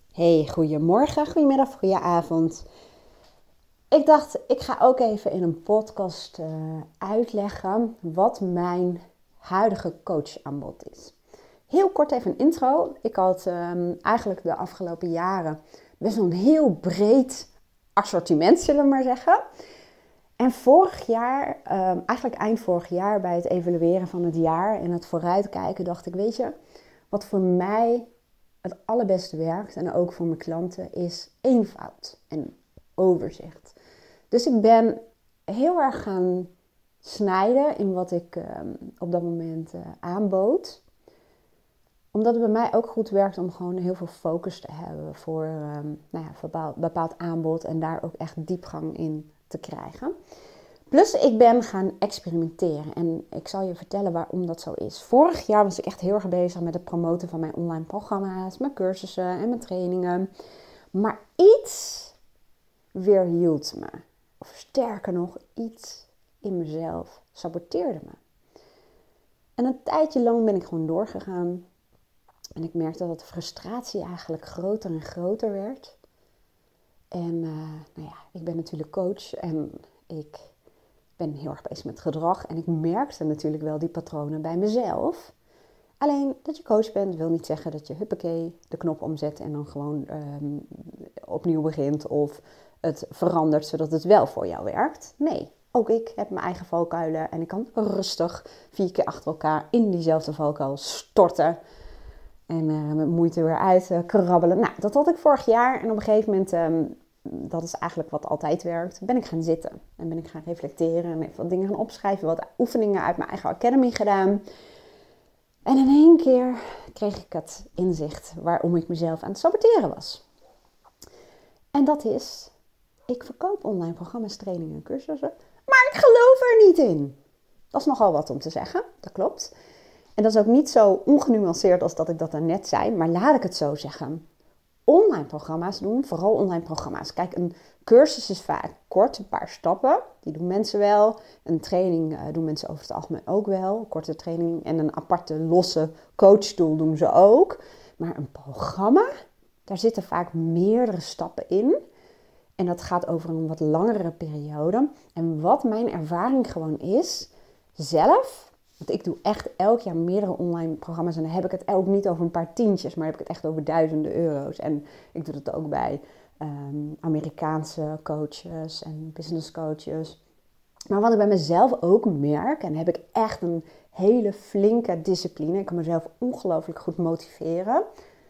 Hey, goedemorgen, goedemiddag, goedenavond. Ik dacht, ik ga ook even in een podcast uitleggen wat mijn huidige coachaanbod is. Heel kort even een intro. Ik had eigenlijk de afgelopen jaren best wel een heel breed assortiment, zullen we maar zeggen. En vorig jaar, eigenlijk eind vorig jaar bij het evalueren van het jaar en het vooruitkijken, dacht ik, weet je, wat voor mij het allerbeste werkt en ook voor mijn klanten is eenvoud en overzicht. Dus ik ben heel erg gaan snijden in wat ik op dat moment aanbood. Omdat het bij mij ook goed werkt om gewoon heel veel focus te hebben voor bepaald aanbod en daar ook echt diepgang in te krijgen. Plus ik ben gaan experimenteren en ik zal je vertellen waarom dat zo is. Vorig jaar was ik echt heel erg bezig met het promoten van mijn online programma's, mijn cursussen en mijn trainingen. Maar iets weerhield me. Of sterker nog, iets in mezelf saboteerde me. En een tijdje lang ben ik gewoon doorgegaan. En ik merkte dat de frustratie eigenlijk groter en groter werd. En ik ben natuurlijk coach en ik ben heel erg bezig met gedrag. En ik merkte natuurlijk wel die patronen bij mezelf. Alleen dat je coach bent wil niet zeggen dat je huppakee de knop omzet en dan gewoon opnieuw begint of het verandert zodat het wel voor jou werkt. Nee, ook ik heb mijn eigen valkuilen en ik kan rustig 4 keer achter elkaar in diezelfde valkuil storten. En met moeite weer uit krabbelen. Nou, dat had ik vorig jaar en op een gegeven moment, dat is eigenlijk wat altijd werkt, ben ik gaan zitten. En ben ik gaan reflecteren en even wat dingen gaan opschrijven, wat oefeningen uit mijn eigen academy gedaan. En in één keer kreeg ik het inzicht waarom ik mezelf aan het saboteren was. En dat is, ik verkoop online programma's, trainingen en cursussen, maar ik geloof er niet in. Dat is nogal wat om te zeggen, dat klopt. En dat is ook niet zo ongenuanceerd als dat ik dat daarnet zei, maar laat ik het zo zeggen. Online programma's doen, vooral online programma's. Kijk, een cursus is vaak kort, een paar stappen. Die doen mensen wel. Een training doen mensen over het algemeen ook wel. Een korte training en een aparte losse coachstoel doen ze ook. Maar een programma, daar zitten vaak meerdere stappen in. En dat gaat over een wat langere periode. En wat mijn ervaring gewoon is, zelf. Want ik doe echt elk jaar meerdere online programma's. En dan heb ik het ook niet over een paar tientjes, maar heb ik het echt over duizenden euro's. En ik doe dat ook bij Amerikaanse coaches en business coaches. Maar wat ik bij mezelf ook merk, en heb ik echt een hele flinke discipline. Ik kan mezelf ongelooflijk goed motiveren.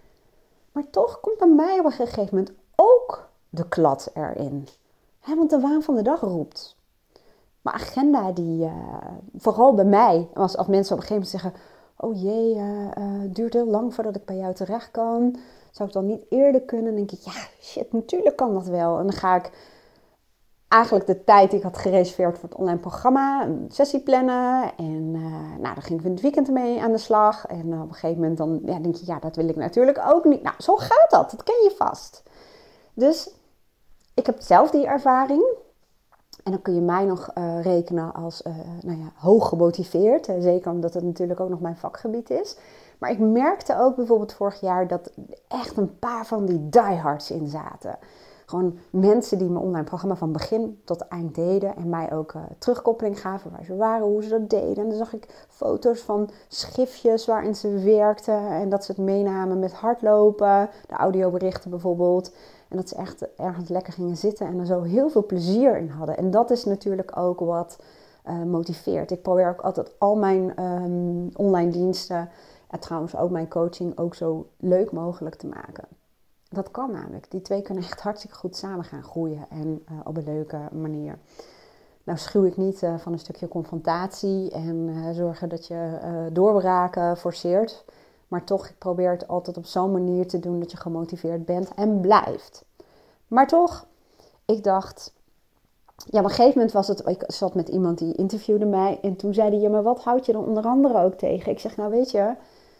Maar toch komt bij mij op een gegeven moment ook de klad erin. Want de waan van de dag roept. Mijn agenda, vooral bij mij, als mensen op een gegeven moment zeggen, oh jee, het duurt heel lang voordat ik bij jou terecht kan. Zou ik dan niet eerder kunnen? Dan denk ik, ja, shit, natuurlijk kan dat wel. En dan ga ik eigenlijk de tijd die ik had gereserveerd voor het online programma, een sessie plannen. En dan ging ik in het weekend ermee aan de slag. En op een gegeven moment dan denk je, ja, dat wil ik natuurlijk ook niet. Nou, zo gaat dat. Dat ken je vast. Dus ik heb zelf die ervaring. En dan kun je mij nog rekenen als hoog gemotiveerd. Zeker omdat het natuurlijk ook nog mijn vakgebied is. Maar ik merkte ook bijvoorbeeld vorig jaar dat echt een paar van die diehards in zaten. Gewoon mensen die mijn online programma van begin tot eind deden. En mij ook terugkoppeling gaven waar ze waren, hoe ze dat deden. En dan zag ik foto's van schriftjes waarin ze werkten. En dat ze het meenamen met hardlopen. De audioberichten bijvoorbeeld. En dat ze echt ergens lekker gingen zitten en er zo heel veel plezier in hadden. En dat is natuurlijk ook wat motiveert. Ik probeer ook altijd al mijn online diensten, en trouwens ook mijn coaching, ook zo leuk mogelijk te maken. Dat kan namelijk. Die twee kunnen echt hartstikke goed samen gaan groeien en op een leuke manier. Nou schuw ik niet van een stukje confrontatie en zorgen dat je doorbraken forceert. Maar toch, ik probeer het altijd op zo'n manier te doen dat je gemotiveerd bent en blijft. Maar toch, ik dacht, ja, op een gegeven moment was het, ik zat met iemand die interviewde mij en toen zei hij, ja, maar wat houd je dan onder andere ook tegen? Ik zeg, nou weet je,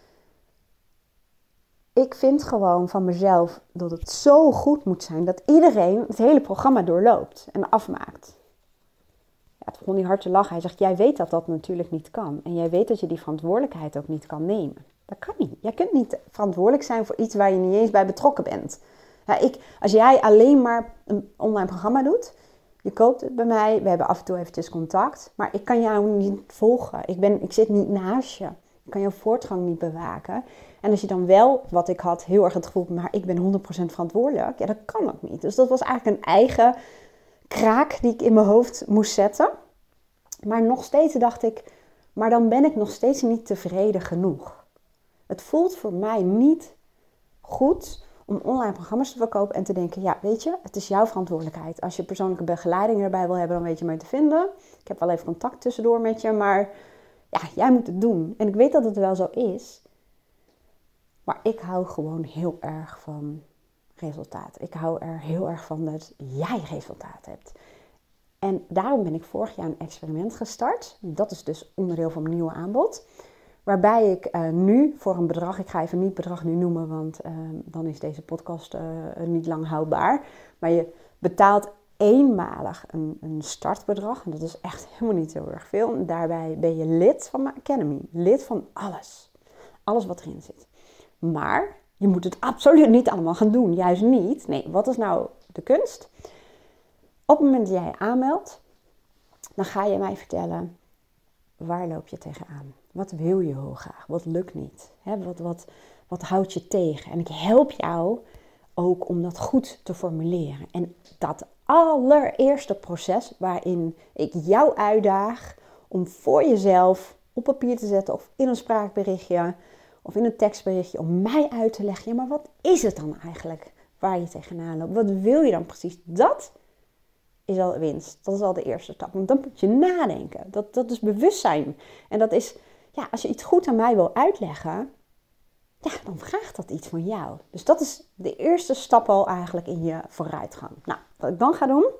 ik vind gewoon van mezelf dat het zo goed moet zijn dat iedereen het hele programma doorloopt en afmaakt. Ja, het begon hij hard te lachen. Hij zegt, jij weet dat dat natuurlijk niet kan. En jij weet dat je die verantwoordelijkheid ook niet kan nemen. Dat kan niet. Jij kunt niet verantwoordelijk zijn voor iets waar je niet eens bij betrokken bent. Ja, als jij alleen maar een online programma doet, je koopt het bij mij, we hebben af en toe eventjes contact, maar ik kan jou niet volgen. Ik zit niet naast je. Ik kan jouw voortgang niet bewaken. En als je dan wel, wat ik had, heel erg het gevoel, maar ik ben 100% verantwoordelijk, ja, dat kan ook niet. Dus dat was eigenlijk een eigen kraak die ik in mijn hoofd moest zetten. Maar nog steeds dacht ik, maar dan ben ik nog steeds niet tevreden genoeg. Het voelt voor mij niet goed om online programma's te verkopen en te denken, ja, weet je, het is jouw verantwoordelijkheid. Als je persoonlijke begeleiding erbij wil hebben, dan weet je mij te vinden. Ik heb wel even contact tussendoor met je, maar ja, jij moet het doen. En ik weet dat het wel zo is, maar ik hou gewoon heel erg van resultaat. Ik hou er heel erg van dat jij resultaat hebt. En daarom ben ik vorig jaar een experiment gestart. Dat is dus onderdeel van mijn nieuwe aanbod. Waarbij ik nu voor een bedrag, ik ga even niet het bedrag nu noemen, want dan is deze podcast niet lang houdbaar. Maar je betaalt eenmalig een startbedrag. En dat is echt helemaal niet heel erg veel. En daarbij ben je lid van mijn Academy. Lid van alles. Alles wat erin zit. Maar je moet het absoluut niet allemaal gaan doen. Juist niet. Nee, wat is nou de kunst? Op het moment dat jij je aanmeldt, dan ga je mij vertellen, waar loop je tegenaan? Wat wil je heel graag? Wat lukt niet? Wat houdt je tegen? En ik help jou ook om dat goed te formuleren. En dat allereerste proces waarin ik jou uitdaag om voor jezelf op papier te zetten of in een spraakberichtje of in een tekstberichtje om mij uit te leggen. Ja, maar wat is het dan eigenlijk waar je tegenaan loopt? Wat wil je dan precies? Dat is al winst. Dat is al de eerste stap. Want dan moet je nadenken. Dat is bewustzijn. En dat is, ja, als je iets goed aan mij wil uitleggen, ja, dan vraagt dat iets van jou. Dus dat is de eerste stap al eigenlijk in je vooruitgang. Nou, wat ik dan ga doen,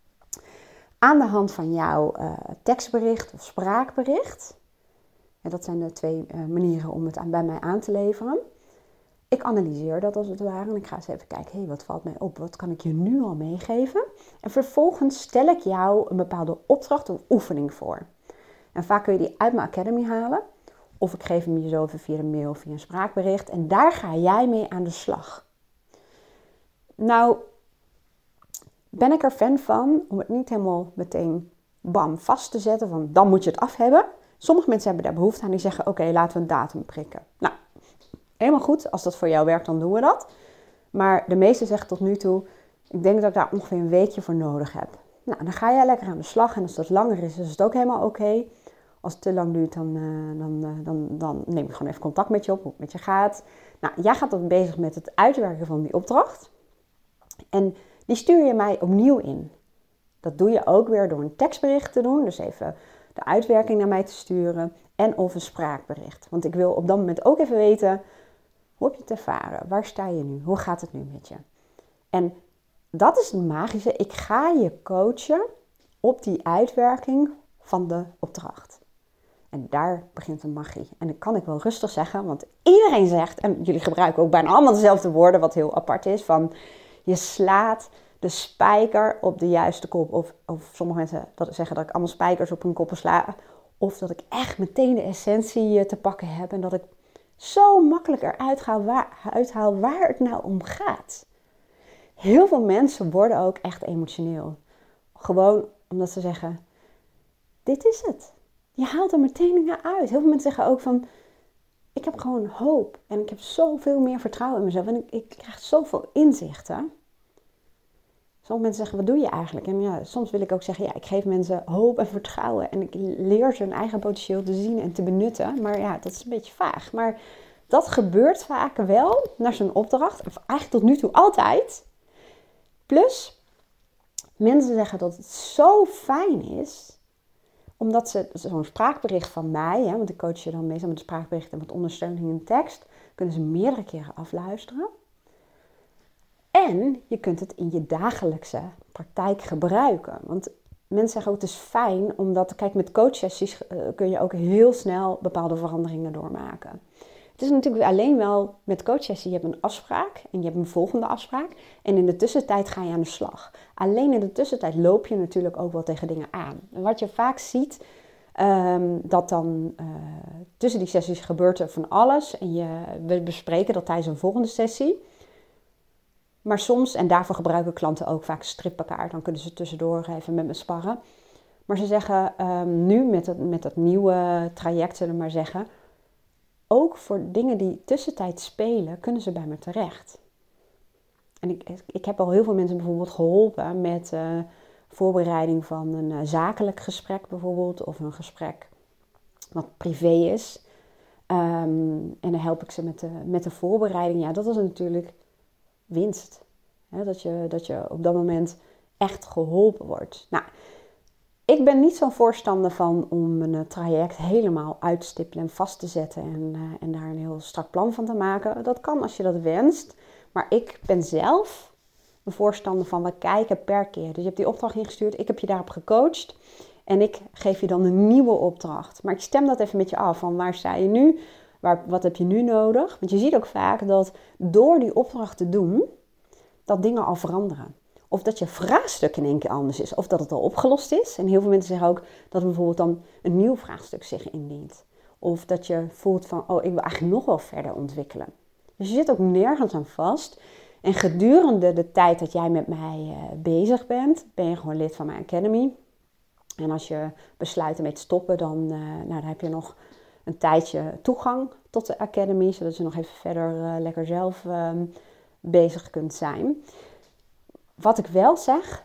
aan de hand van jouw tekstbericht of spraakbericht, en dat zijn de twee manieren om het bij mij aan te leveren. Ik analyseer dat als het ware en ik ga eens even kijken, hey, wat valt mij op? Wat kan ik je nu al meegeven? En vervolgens stel ik jou een bepaalde opdracht of oefening voor. En vaak kun je die uit mijn Academy halen. Of ik geef hem je zo even via een mail of via een spraakbericht. En daar ga jij mee aan de slag. Nou, ben ik er fan van om het niet helemaal meteen bam vast te zetten van dan moet je het af hebben. Sommige mensen hebben daar behoefte aan die zeggen oké, laten we een datum prikken. Nou, helemaal goed. Als dat voor jou werkt, dan doen we dat. Maar de meesten zeggen tot nu toe, ik denk dat ik daar ongeveer een weekje voor nodig heb. Nou, dan ga jij lekker aan de slag. En als dat langer is het ook helemaal oké. Als het te lang duurt, dan neem ik gewoon even contact met je op, hoe het met je gaat. Nou, jij gaat dan bezig met het uitwerken van die opdracht. En die stuur je mij opnieuw in. Dat doe je ook weer door een tekstbericht te doen. Dus even de uitwerking naar mij te sturen. En of een spraakbericht. Want ik wil op dat moment ook even weten, hoe heb je het ervaren? Waar sta je nu? Hoe gaat het nu met je? En dat is het magische. Ik ga je coachen op die uitwerking van de opdracht. En daar begint de magie. En dat kan ik wel rustig zeggen, want iedereen zegt, en jullie gebruiken ook bijna allemaal dezelfde woorden, wat heel apart is, van je slaat de spijker op de juiste kop. Of sommige mensen zeggen dat ik allemaal spijkers op hun koppen sla. Of dat ik echt meteen de essentie te pakken heb en dat ik zo makkelijk eruit haal waar het nou om gaat. Heel veel mensen worden ook echt emotioneel. Gewoon omdat ze zeggen, dit is het. Je haalt er meteen dingen uit. Heel veel mensen zeggen ook van, ik heb gewoon hoop. En ik heb zoveel meer vertrouwen in mezelf. En ik krijg zoveel inzichten. Sommige mensen zeggen, wat doe je eigenlijk? En ja, soms wil ik ook zeggen, ja, ik geef mensen hoop en vertrouwen. En ik leer ze hun eigen potentieel te zien en te benutten. Maar ja, dat is een beetje vaag. Maar dat gebeurt vaak wel naar zo'n opdracht. Of eigenlijk tot nu toe altijd. Plus, mensen zeggen dat het zo fijn is, omdat ze zo'n spraakbericht van mij, want ik coach je dan meestal met een spraakbericht en wat ondersteuning in tekst, kunnen ze meerdere keren afluisteren. En je kunt het in je dagelijkse praktijk gebruiken. Want mensen zeggen ook, het is fijn, omdat, kijk, met coachsessies kun je ook heel snel bepaalde veranderingen doormaken. Het is natuurlijk alleen wel met coachsessie, je hebt een afspraak en je hebt een volgende afspraak. En in de tussentijd ga je aan de slag. Alleen in de tussentijd loop je natuurlijk ook wel tegen dingen aan. En wat je vaak ziet, Dat dan tussen die sessies gebeurt er van alles. En we bespreken dat tijdens een volgende sessie. Maar soms, en daarvoor gebruiken klanten ook vaak strippenkaart. Dan kunnen ze tussendoor even met me sparren. Maar ze zeggen nu met dat nieuwe traject, zullen we maar zeggen, ook voor dingen die tussentijd spelen, kunnen ze bij me terecht. En ik heb al heel veel mensen bijvoorbeeld geholpen met voorbereiding van een zakelijk gesprek bijvoorbeeld. Of een gesprek wat privé is. En dan help ik ze met de voorbereiding. Ja, dat is natuurlijk winst. Hè, dat je op dat moment echt geholpen wordt. Nou, ik ben niet zo'n voorstander van om een traject helemaal uit te stippelen en vast te zetten en daar een heel strak plan van te maken. Dat kan als je dat wenst, maar ik ben zelf een voorstander van we kijken per keer. Dus je hebt die opdracht ingestuurd, ik heb je daarop gecoacht en ik geef je dan een nieuwe opdracht. Maar ik stem dat even met je af, van waar sta je nu, wat heb je nu nodig? Want je ziet ook vaak dat door die opdracht te doen, dat dingen al veranderen. Of dat je vraagstuk in één keer anders is. Of dat het al opgelost is. En heel veel mensen zeggen ook dat er bijvoorbeeld dan een nieuw vraagstuk zich indient. Of dat je voelt van, ik wil eigenlijk nog wel verder ontwikkelen. Dus je zit ook nergens aan vast. En gedurende de tijd dat jij met mij bezig bent, ben je gewoon lid van mijn Academy. En als je besluit ermee te stoppen, dan heb je nog een tijdje toegang tot de Academy. Zodat je nog even verder lekker zelf bezig kunt zijn. Wat ik wel zeg,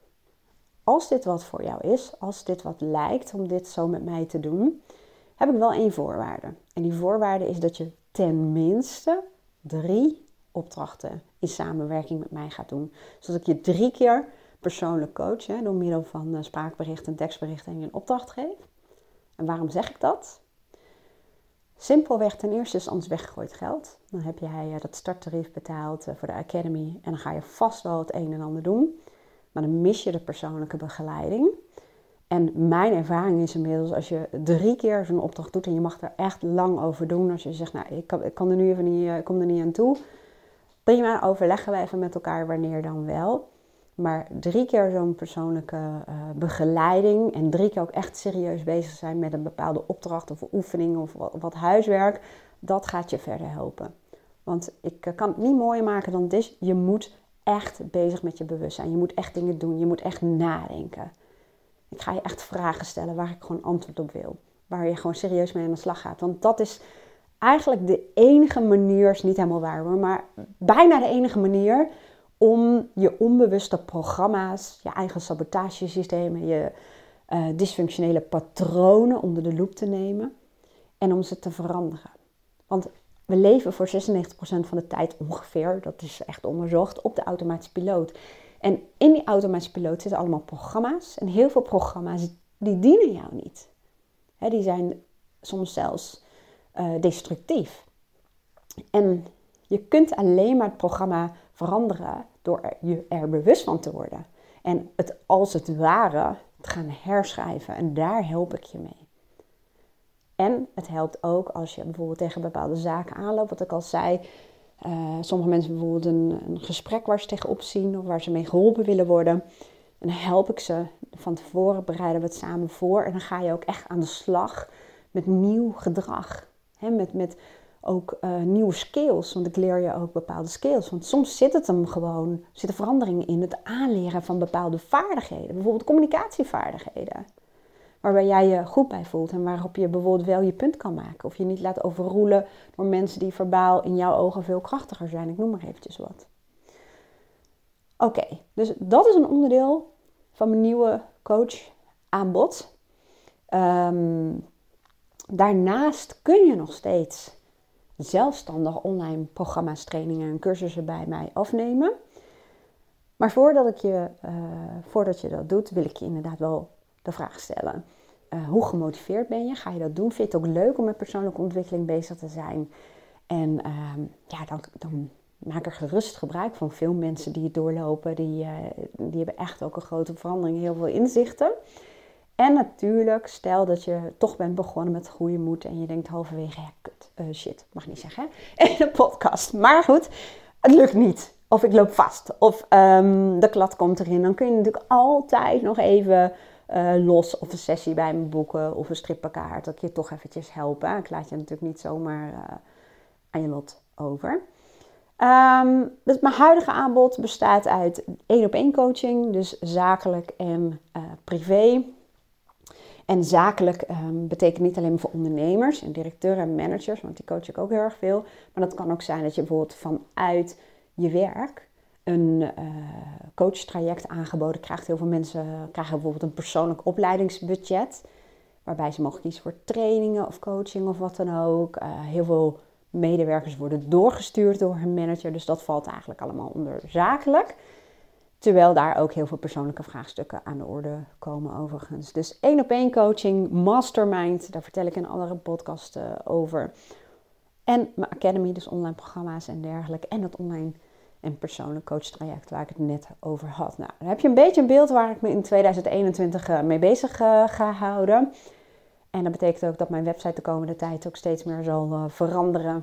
als dit wat voor jou is, als dit wat lijkt om dit zo met mij te doen, heb ik wel één voorwaarde. En die voorwaarde is dat je tenminste 3 opdrachten in samenwerking met mij gaat doen. Zodat ik je 3 keer persoonlijk coach, door middel van spraakberichten, tekstberichten en je een opdracht geef. En waarom zeg ik dat? Simpelweg, ten eerste is anders weggegooid geld. Dan heb jij dat starttarief betaald voor de Academy en dan ga je vast wel het een en ander doen. Maar dan mis je de persoonlijke begeleiding. En mijn ervaring is inmiddels, als je 3 keer zo'n opdracht doet en je mag er echt lang over doen. Als je zegt, ik kan er nu even niet, ik kom er niet aan toe. Prima, overleggen we even met elkaar wanneer dan wel. Maar 3 keer zo'n persoonlijke begeleiding en 3 keer ook echt serieus bezig zijn met een bepaalde opdracht of oefening of wat huiswerk, dat gaat je verder helpen. Want ik kan het niet mooier maken dan dit. Je moet echt bezig met je bewustzijn. Je moet echt dingen doen. Je moet echt nadenken. Ik ga je echt vragen stellen waar ik gewoon antwoord op wil. Waar je gewoon serieus mee aan de slag gaat. Want dat is eigenlijk de enige manier, is niet helemaal waar hoor, maar bijna de enige manier om je onbewuste programma's, je eigen sabotagesystemen, je dysfunctionele patronen onder de loep te nemen en om ze te veranderen. Want we leven voor 96% van de tijd ongeveer, dat is echt onderzocht, op de automatische piloot. En in die automatische piloot zitten allemaal programma's. En heel veel programma's, die dienen jou niet. Die zijn soms zelfs destructief. En je kunt alleen maar het programma veranderen door je er bewust van te worden. En het als het ware te gaan herschrijven. En daar help ik je mee. En het helpt ook als je bijvoorbeeld tegen bepaalde zaken aanloopt. Wat ik al zei, sommige mensen bijvoorbeeld een gesprek waar ze tegenop zien of waar ze mee geholpen willen worden. En dan help ik ze van tevoren, bereiden we het samen voor. En dan ga je ook echt aan de slag met nieuw gedrag. Met ook nieuwe skills, want ik leer je ook bepaalde skills. Want soms zitten veranderingen in het aanleren van bepaalde vaardigheden. Bijvoorbeeld communicatievaardigheden. Waarbij jij je goed bij voelt en waarop je bijvoorbeeld wel je punt kan maken. Of je niet laat overroelen door mensen die verbaal in jouw ogen veel krachtiger zijn. Ik noem maar eventjes wat. Oké, dus dat is een onderdeel van mijn nieuwe coach aanbod. Daarnaast kun je nog steeds zelfstandig online programma's, trainingen en cursussen bij mij afnemen. Maar voordat je dat doet, wil ik je inderdaad wel de vraag stellen. Hoe gemotiveerd ben je? Ga je dat doen? Vind je het ook leuk om met persoonlijke ontwikkeling bezig te zijn? En dan maak er gerust gebruik van. Veel mensen die het doorlopen, die hebben echt ook een grote verandering, heel veel inzichten. En natuurlijk, stel dat je toch bent begonnen met goede moed en je denkt halverwege, shit, mag niet zeggen, hè? In de podcast. Maar goed, het lukt niet. Of ik loop vast. Of de klad komt erin. Dan kun je natuurlijk altijd nog even los of een sessie bij me boeken of een strippenkaart. Dat ik je toch eventjes helpen. Ik laat je natuurlijk niet zomaar aan je lot over. Dus mijn huidige aanbod bestaat uit 1-op-1 coaching, dus zakelijk en privé. En zakelijk betekent niet alleen maar voor ondernemers en directeuren en managers, want die coach ik ook heel erg veel. Maar dat kan ook zijn dat je bijvoorbeeld vanuit je werk een coachtraject aangeboden krijgt. Heel veel mensen krijgen bijvoorbeeld een persoonlijk opleidingsbudget, waarbij ze mogen kiezen voor trainingen of coaching of wat dan ook. Heel veel medewerkers worden doorgestuurd door hun manager, dus dat valt eigenlijk allemaal onder zakelijk. Terwijl daar ook heel veel persoonlijke vraagstukken aan de orde komen overigens. Dus 1-op-1 coaching, mastermind, daar vertel ik in andere podcasts over. En mijn academy, dus online programma's en dergelijke. En het online en persoonlijk coachtraject waar ik het net over had. Nou, dan heb je een beetje een beeld waar ik me in 2021 mee bezig ga houden. En dat betekent ook dat mijn website de komende tijd ook steeds meer zal veranderen.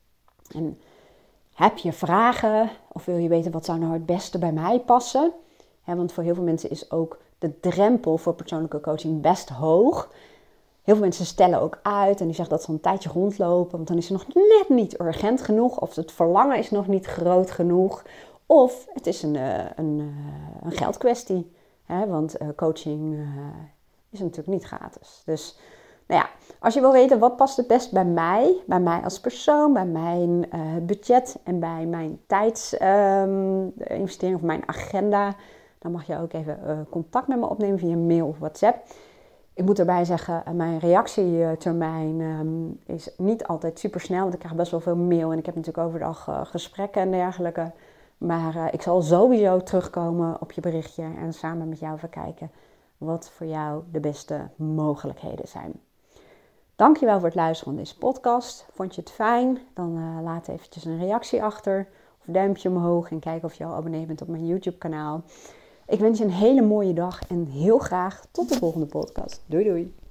En heb je vragen of wil je weten wat zou nou het beste bij mij passen? Want voor heel veel mensen is ook de drempel voor persoonlijke coaching best hoog. Heel veel mensen stellen ook uit en die zeggen dat ze een tijdje rondlopen, want dan is het nog net niet urgent genoeg, of het verlangen is nog niet groot genoeg, of het is een geldkwestie. Want coaching is natuurlijk niet gratis. Dus nou ja, als je wil weten wat past het best bij mij als persoon, bij mijn budget en bij mijn tijdsinvestering of mijn agenda, dan mag je ook even contact met me opnemen via mail of WhatsApp. Ik moet erbij zeggen, mijn reactietermijn is niet altijd super snel, want ik krijg best wel veel mail en ik heb natuurlijk overdag gesprekken en dergelijke. Maar ik zal sowieso terugkomen op je berichtje en samen met jou even kijken wat voor jou de beste mogelijkheden zijn. Dankjewel voor het luisteren van deze podcast. Vond je het fijn? Dan laat eventjes een reactie achter of een duimpje omhoog en kijk of je al abonnee bent op mijn YouTube kanaal. Ik wens je een hele mooie dag en heel graag tot de volgende podcast. Doei doei!